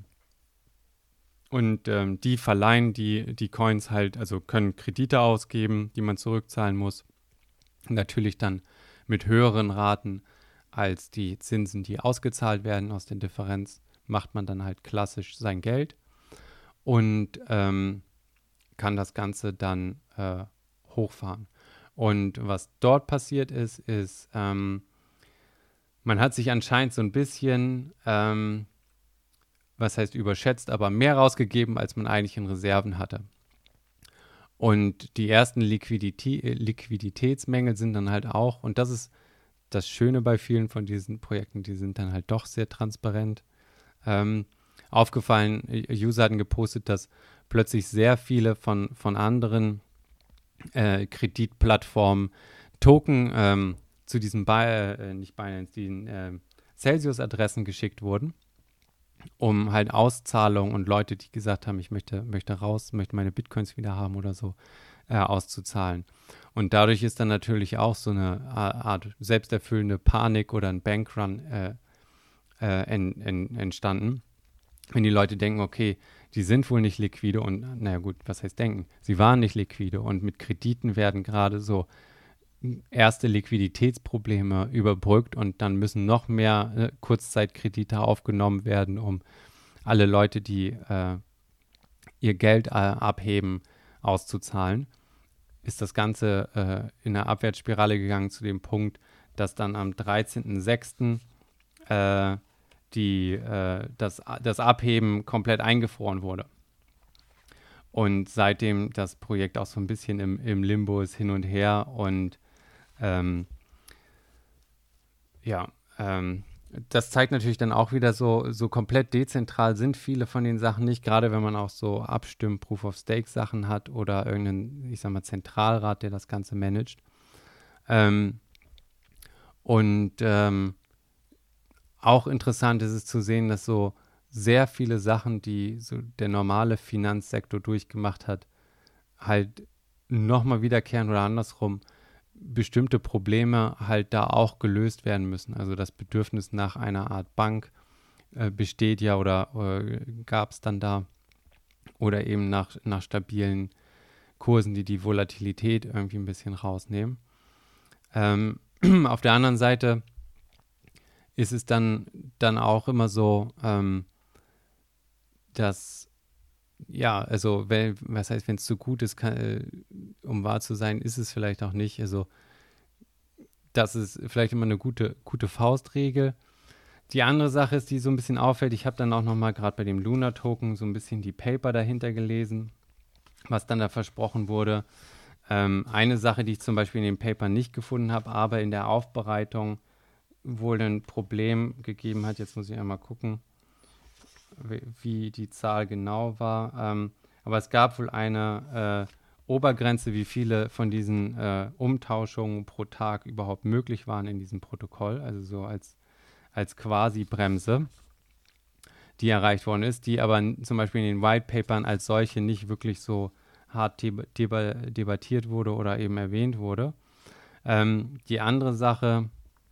und ähm, die verleihen die, die Coins halt, also können Kredite ausgeben, die man zurückzahlen muss. Natürlich dann mit höheren Raten als die Zinsen, die ausgezahlt werden aus der Differenz, macht man dann halt klassisch sein Geld und ähm, kann das Ganze dann äh, hochfahren. Und was dort passiert ist, ist, ähm, man hat sich anscheinend so ein bisschen, ähm, was heißt überschätzt, aber mehr rausgegeben, als man eigentlich in Reserven hatte. Und die ersten Liquiditä- äh, Liquiditätsmängel sind dann halt auch, und das ist das Schöne bei vielen von diesen Projekten, die sind dann halt doch sehr transparent. Ähm, aufgefallen, User hatten gepostet, dass plötzlich sehr viele von, von anderen äh, Kreditplattformen Token ähm, zu diesen, Bi- äh, nicht Binance, diesen äh, Celsius-Adressen geschickt wurden, um halt Auszahlungen und Leute, die gesagt haben, ich möchte, möchte raus, möchte meine Bitcoins wieder haben oder so, äh, auszuzahlen. Und dadurch ist dann natürlich auch so eine Art selbsterfüllende Panik oder ein Bankrun äh, äh, en, en, entstanden. Wenn die Leute denken, okay, die sind wohl nicht liquide und, naja gut, was heißt denken? Sie waren nicht liquide und mit Krediten werden gerade so erste Liquiditätsprobleme überbrückt und dann müssen noch mehr äh, Kurzzeitkredite aufgenommen werden, um alle Leute, die äh, ihr Geld äh, abheben, auszuzahlen. Ist das Ganze äh, in eine Abwärtsspirale gegangen zu dem Punkt, dass dann am dreizehnten sechsten äh, die, äh, das, das Abheben komplett eingefroren wurde. Und seitdem das Projekt auch so ein bisschen im, im Limbo ist, hin und her und ähm, ja, ähm, das zeigt natürlich dann auch wieder so, so komplett dezentral sind viele von den Sachen nicht, gerade wenn man auch so Abstimmen, Proof-of-Stake-Sachen hat oder irgendeinen, ich sag mal, Zentralrat, der das Ganze managt. Ähm, und ähm, auch interessant ist es zu sehen, dass so sehr viele Sachen, die so der normale Finanzsektor durchgemacht hat, halt nochmal wiederkehren oder andersrum, bestimmte Probleme halt da auch gelöst werden müssen. Also das Bedürfnis nach einer Art Bank äh, besteht ja oder äh, gab es dann da oder eben nach, nach stabilen Kursen, die die Volatilität irgendwie ein bisschen rausnehmen. Ähm, auf der anderen Seite ist es dann, dann auch immer so, ähm, dass, ja, also, wenn, was heißt, wenn es zu gut ist, kann, äh, um wahr zu sein, ist es vielleicht auch nicht. Also, das ist vielleicht immer eine gute, gute Faustregel. Die andere Sache ist, die so ein bisschen auffällt, ich habe dann auch nochmal gerade bei dem Luna-Token so ein bisschen die Paper dahinter gelesen, was dann da versprochen wurde. Ähm, eine Sache, die ich zum Beispiel in dem Paper nicht gefunden habe, aber in der Aufbereitung wohl ein Problem gegeben hat. Jetzt muss ich einmal gucken, wie, wie die Zahl genau war. Ähm, aber es gab wohl eine äh, Obergrenze, wie viele von diesen äh, Umtauschungen pro Tag überhaupt möglich waren in diesem Protokoll, also so als, als Quasi-Bremse, die erreicht worden ist, die aber n- zum Beispiel in den White Papern als solche nicht wirklich so hart deb deb debattiert wurde oder eben erwähnt wurde. Ähm, die andere Sache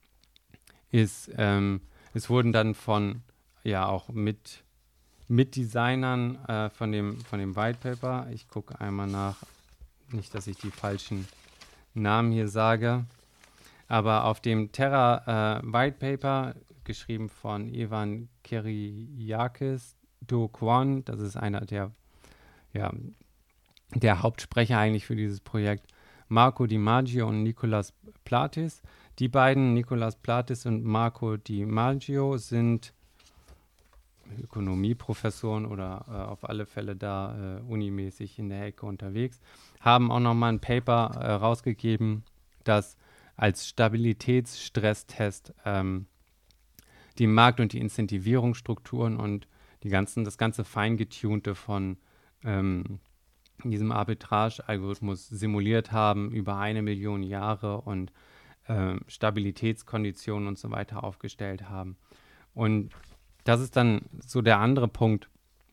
ist, ähm, es wurden dann von, ja, auch mit, mit Designern äh, von, dem, von dem White Paper, ich gucke einmal nach, nicht, dass ich die falschen Namen hier sage, aber auf dem Terra äh, White Paper geschrieben von Evan Kyriakis Do Kwon. Das ist einer der, ja, der Hauptsprecher eigentlich für dieses Projekt. Marco Di Maggio und Nicolas Platis. Die beiden, Nicolas Platis und Marco Di Maggio, sind Ökonomieprofessoren oder äh, auf alle Fälle da äh, unimäßig in der Ecke unterwegs, haben auch nochmal ein Paper äh, rausgegeben, das als Stabilitätsstresstest ähm, die Markt- und die Incentivierungsstrukturen und die ganzen, das ganze Feingetunte von ähm, diesem Arbitrage-Algorithmus simuliert haben über eine Million Jahre und äh, Stabilitätskonditionen und so weiter aufgestellt haben. Und das ist dann so der andere Punkt,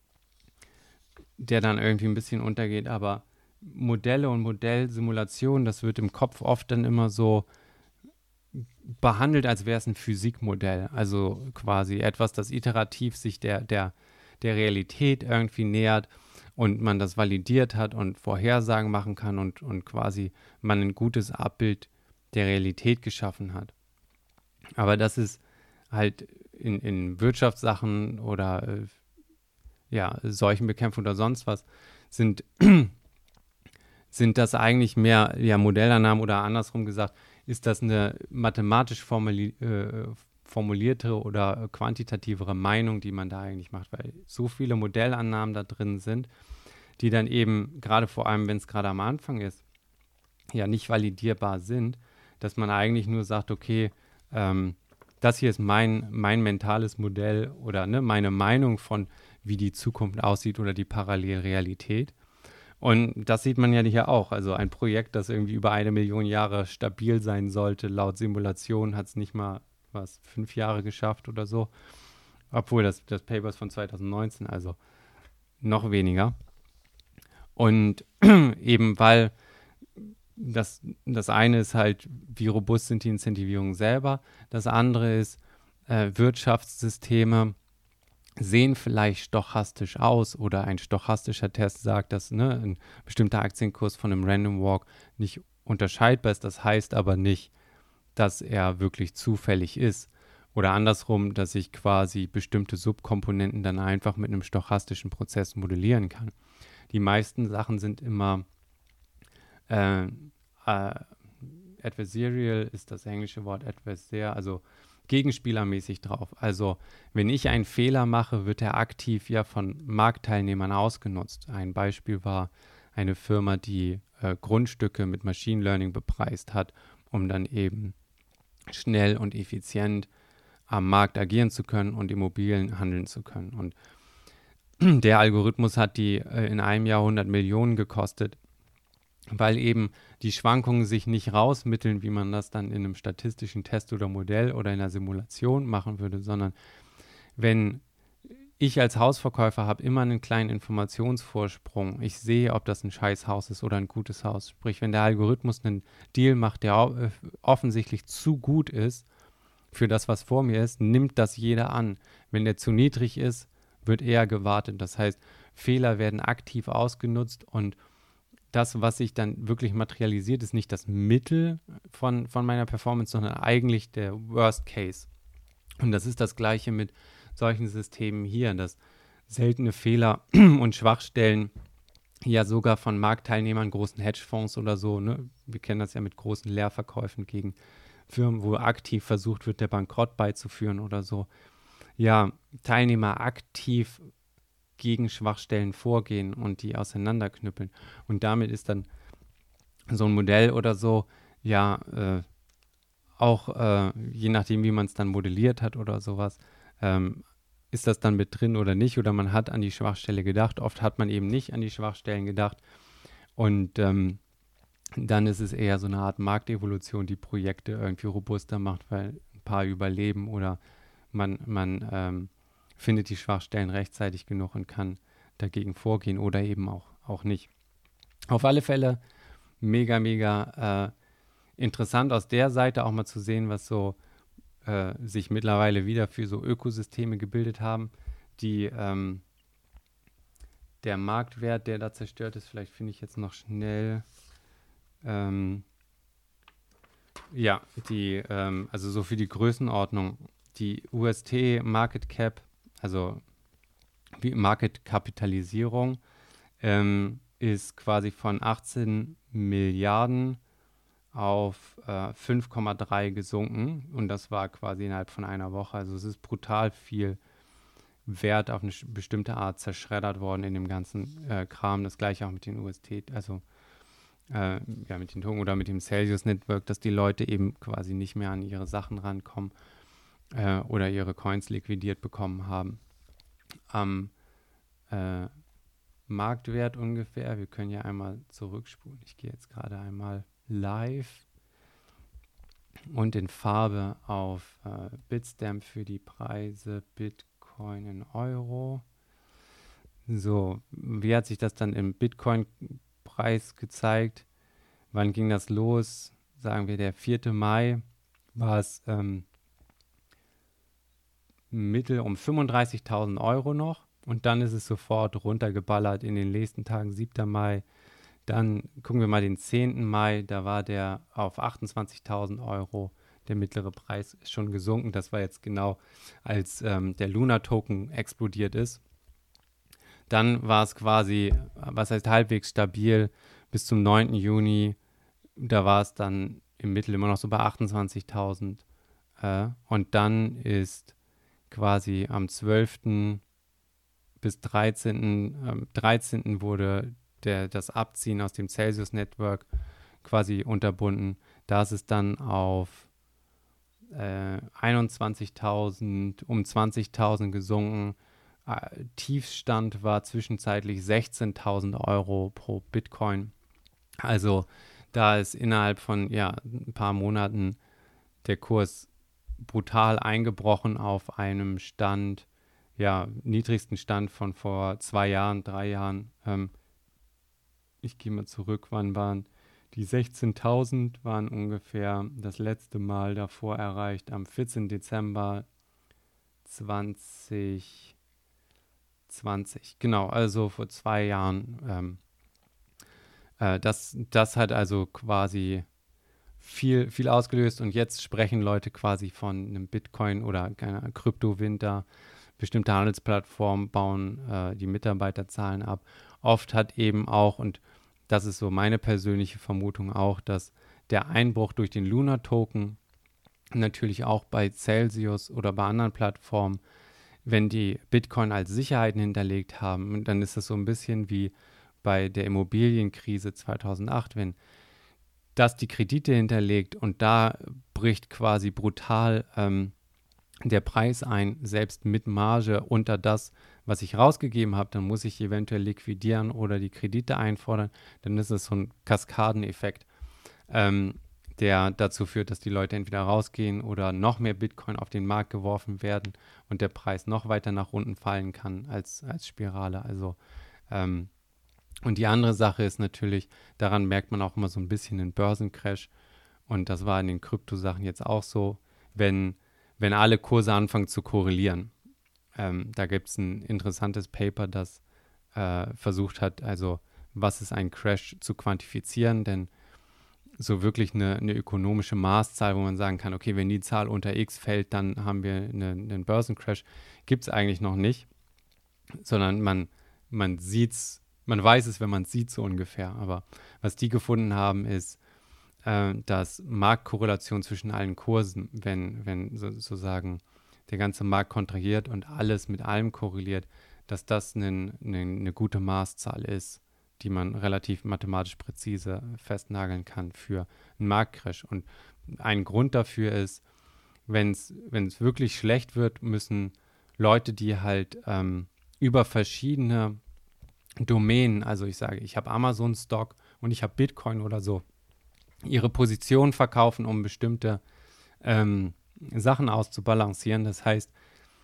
der dann irgendwie ein bisschen untergeht. Aber Modelle und Modellsimulationen, das wird im Kopf oft dann immer so behandelt, als wäre es ein Physikmodell. Also quasi etwas, das iterativ sich der, der, der Realität irgendwie nähert und man das validiert hat und Vorhersagen machen kann und, und quasi man ein gutes Abbild der Realität geschaffen hat. Aber das ist halt in, in Wirtschaftssachen oder äh, ja, Seuchenbekämpfung oder sonst was, sind, sind das eigentlich mehr ja, Modellannahmen oder andersrum gesagt, ist das eine mathematisch formuli- äh, formulierte oder quantitativere Meinung, die man da eigentlich macht, weil so viele Modellannahmen da drin sind, die dann eben, gerade vor allem, wenn es gerade am Anfang ist, ja nicht validierbar sind, dass man eigentlich nur sagt, okay, ähm, das hier ist mein, mein mentales Modell oder ne, meine Meinung von, wie die Zukunft aussieht oder die Parallelrealität. Und das sieht man ja hier auch. Also ein Projekt, das irgendwie über eine Million Jahre stabil sein sollte, laut Simulation hat es nicht mal, was, fünf Jahre geschafft oder so. Obwohl das, das Paper ist von zwanzig neunzehn, also noch weniger. Und eben weil das, das eine ist halt, wie robust sind die Incentivierungen selber. Das andere ist, äh, Wirtschaftssysteme sehen vielleicht stochastisch aus oder ein stochastischer Test sagt, dass ne, ein bestimmter Aktienkurs von einem Random Walk nicht unterscheidbar ist. Das heißt aber nicht, dass er wirklich zufällig ist. Oder andersrum, dass ich quasi bestimmte Subkomponenten dann einfach mit einem stochastischen Prozess modellieren kann. Die meisten Sachen sind immer äh, äh, adversarial ist das englische Wort adversär, also gegenspielermäßig drauf. Also wenn ich einen Fehler mache, wird er aktiv ja von Marktteilnehmern ausgenutzt. Ein Beispiel war eine Firma, die äh, Grundstücke mit Machine Learning bepreist hat, um dann eben schnell und effizient am Markt agieren zu können und Immobilien handeln zu können. Und der Algorithmus hat die äh, in einem Jahr hundert Millionen gekostet, weil eben die Schwankungen sich nicht rausmitteln, wie man das dann in einem statistischen Test oder Modell oder in einer Simulation machen würde, sondern wenn ich als Hausverkäufer habe immer einen kleinen Informationsvorsprung. Ich sehe, ob das ein scheiß Haus ist oder ein gutes Haus. Sprich, wenn der Algorithmus einen Deal macht, der offensichtlich zu gut ist für das, was vor mir ist, nimmt das jeder an. Wenn der zu niedrig ist, wird eher gewartet. Das heißt, Fehler werden aktiv ausgenutzt und das, was sich dann wirklich materialisiert, ist nicht das Mittel von, von meiner Performance, sondern eigentlich der Worst Case. Und das ist das Gleiche mit solchen Systemen hier, dass seltene Fehler und Schwachstellen ja sogar von Marktteilnehmern, großen Hedgefonds oder so, ne? Wir kennen das ja mit großen Leerverkäufen gegen Firmen, wo aktiv versucht wird, der Bankrott beizuführen oder so. Ja, Teilnehmer aktiv gegen Schwachstellen vorgehen und die auseinanderknüppeln. Und damit ist dann so ein Modell oder so, ja, äh, auch äh, je nachdem, wie man es dann modelliert hat oder sowas, ähm, ist das dann mit drin oder nicht? Oder man hat an die Schwachstelle gedacht. Oft hat man eben nicht an die Schwachstellen gedacht. Und ähm, dann ist es eher so eine Art Marktevolution, die Projekte irgendwie robuster macht, weil ein paar überleben oder man, man ähm, findet die Schwachstellen rechtzeitig genug und kann dagegen vorgehen oder eben auch, auch nicht. Auf alle Fälle mega, mega äh, interessant aus der Seite auch mal zu sehen, was so äh, sich mittlerweile wieder für so Ökosysteme gebildet haben, die ähm, der Marktwert, der da zerstört ist, vielleicht finde ich jetzt noch schnell, ähm, ja, die, ähm, also so für die Größenordnung, die U S T Market Cap, also wie Marketkapitalisierung, ähm, ist quasi von achtzehn Milliarden auf äh, fünf Komma drei gesunken und das war quasi innerhalb von einer Woche. Also es ist brutal viel Wert auf eine bestimmte Art zerschreddert worden in dem ganzen äh, Kram. Das gleiche auch mit den U S T, also äh, ja, mit den Token oder mit dem Celsius Network, dass die Leute eben quasi nicht mehr an ihre Sachen rankommen äh, oder ihre Coins liquidiert bekommen haben. Am äh, Marktwert ungefähr, wir können ja einmal zurückspulen. Ich gehe jetzt gerade einmal live und in Farbe auf äh, Bitstamp für die Preise Bitcoin in Euro. So, wie hat sich das dann im Bitcoin-Preis gezeigt? Wann ging das los? Sagen wir, der vierte Mai war es ähm, mittel um fünfunddreißigtausend Euro noch und dann ist es sofort runtergeballert in den nächsten Tagen, siebter Mai. Dann gucken wir mal den zehnten Mai, da war der auf achtundzwanzigtausend Euro. Der mittlere Preis ist schon gesunken. Das war jetzt genau, als ähm, der Luna-Token explodiert ist. Dann war es quasi, was heißt halbwegs stabil, bis zum neunten Juni. Da war es dann im Mittel immer noch so bei achtundzwanzigtausend. Äh, und dann ist quasi am zwölften bis dreizehnten. Ähm, dreizehnten wurde der, das Abziehen aus dem Celsius Network quasi unterbunden. Da ist es dann auf äh, einundzwanzigtausend, um zwanzigtausend gesunken. Äh, Tiefstand war zwischenzeitlich sechzehntausend Euro pro Bitcoin. Also da ist innerhalb von ja, ein paar Monaten der Kurs brutal eingebrochen auf einem Stand, ja, niedrigsten Stand von vor zwei Jahren, drei Jahren. Ähm, ich gehe mal zurück, wann waren die sechzehntausend waren ungefähr das letzte Mal davor erreicht am vierzehnten Dezember zweitausendzwanzig. Genau, also vor zwei Jahren. Ähm, äh, das, das hat also quasi viel, viel ausgelöst und jetzt sprechen Leute quasi von einem Bitcoin oder einer Kryptowinter. Bestimmte Handelsplattformen bauen äh, die Mitarbeiterzahlen ab. Oft hat eben auch, und das ist so meine persönliche Vermutung auch, dass der Einbruch durch den Luna-Token natürlich auch bei Celsius oder bei anderen Plattformen, wenn die Bitcoin als Sicherheiten hinterlegt haben, dann ist das so ein bisschen wie bei der Immobilienkrise zweitausendacht, wenn das die Kredite hinterlegt und da bricht quasi brutal ähm, der Preis ein, selbst mit Marge unter das, was ich rausgegeben habe, dann muss ich eventuell liquidieren oder die Kredite einfordern, dann ist es so ein Kaskadeneffekt, ähm, der dazu führt, dass die Leute entweder rausgehen oder noch mehr Bitcoin auf den Markt geworfen werden und der Preis noch weiter nach unten fallen kann als, als Spirale. Also ähm, und die andere Sache ist natürlich, daran merkt man auch immer so ein bisschen den Börsencrash und das war in den Kryptosachen jetzt auch so, wenn wenn alle Kurse anfangen zu korrelieren. Ähm, da gibt es ein interessantes Paper, das äh, versucht hat, also was ist ein Crash zu quantifizieren, denn so wirklich eine, eine ökonomische Maßzahl, wo man sagen kann, okay, wenn die Zahl unter X fällt, dann haben wir eine, einen Börsencrash, gibt es eigentlich noch nicht, sondern man, man sieht's, man weiß es, wenn man es sieht, so ungefähr. Aber was die gefunden haben, ist, dass Marktkorrelation zwischen allen Kursen, wenn, wenn sozusagen der ganze Markt kontrahiert und alles mit allem korreliert, dass das eine, eine, eine gute Maßzahl ist, die man relativ mathematisch präzise festnageln kann für einen Marktcrash. Und ein Grund dafür ist, wenn es wirklich schlecht wird, müssen Leute, die halt ähm, über verschiedene Domänen, also ich sage, ich habe Amazon-Stock und ich habe Bitcoin oder so, ihre Position verkaufen, um bestimmte ähm, Sachen auszubalancieren. Das heißt,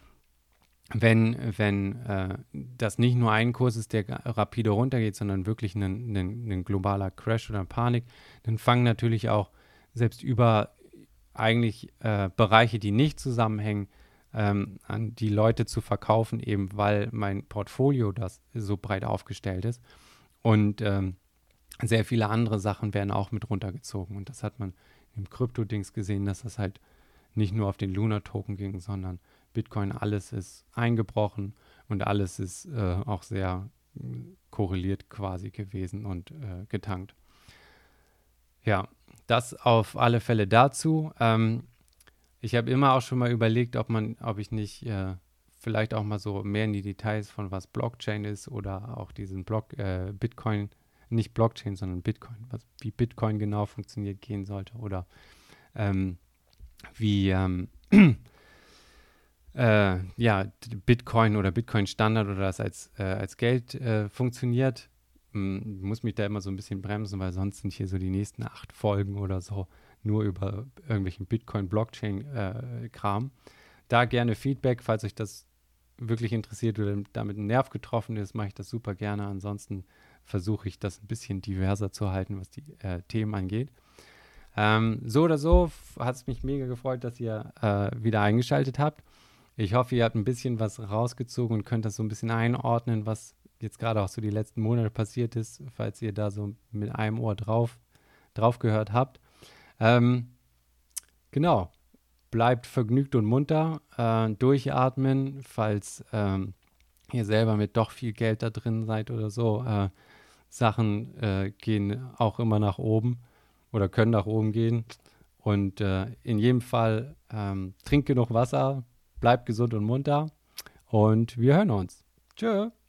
wenn, wenn äh, das nicht nur ein Kurs ist, der rapide runtergeht, sondern wirklich ein, ein, ein globaler Crash oder Panik, dann fangen natürlich auch selbst über eigentlich äh, Bereiche, die nicht zusammenhängen, ähm, an die Leute zu verkaufen, eben weil mein Portfolio das so breit aufgestellt ist. Und ähm, sehr viele andere Sachen werden auch mit runtergezogen. Und das hat man im Krypto-Dings gesehen, dass das halt nicht nur auf den Luna-Token ging, sondern Bitcoin, alles ist eingebrochen und alles ist äh, auch sehr äh, korreliert quasi gewesen und äh, getankt. Ja, das auf alle Fälle dazu. Ähm, ich habe immer auch schon mal überlegt, ob man, ob ich nicht äh, vielleicht auch mal so mehr in die Details von was Blockchain ist oder auch diesen Block äh, Bitcoin, nicht Blockchain, sondern Bitcoin, was, wie Bitcoin genau funktioniert, gehen sollte oder ähm, wie ähm, äh, ja, Bitcoin oder Bitcoin-Standard oder das als, äh, als Geld äh, funktioniert. Ich muss mich da immer so ein bisschen bremsen, weil sonst sind hier so die nächsten acht Folgen oder so nur über irgendwelchen Bitcoin-Blockchain-Kram. Äh, da gerne Feedback, falls euch das wirklich interessiert oder damit ein Nerv getroffen ist, mache ich das super gerne. Ansonsten versuche ich das ein bisschen diverser zu halten, was die äh, Themen angeht. Ähm, so oder so hat es mich mega gefreut, dass ihr äh, wieder eingeschaltet habt. Ich hoffe, ihr habt ein bisschen was rausgezogen und könnt das so ein bisschen einordnen, was jetzt gerade auch so die letzten Monate passiert ist, falls ihr da so mit einem Ohr drauf, drauf gehört habt. Ähm, genau, bleibt vergnügt und munter, äh, durchatmen, falls ähm, ihr selber mit doch viel Geld da drin seid oder so. Äh, Sachen äh, gehen auch immer nach oben oder können nach oben gehen. Und äh, in jedem Fall ähm, trinkt genug Wasser, bleibt gesund und munter und wir hören uns. Tschö.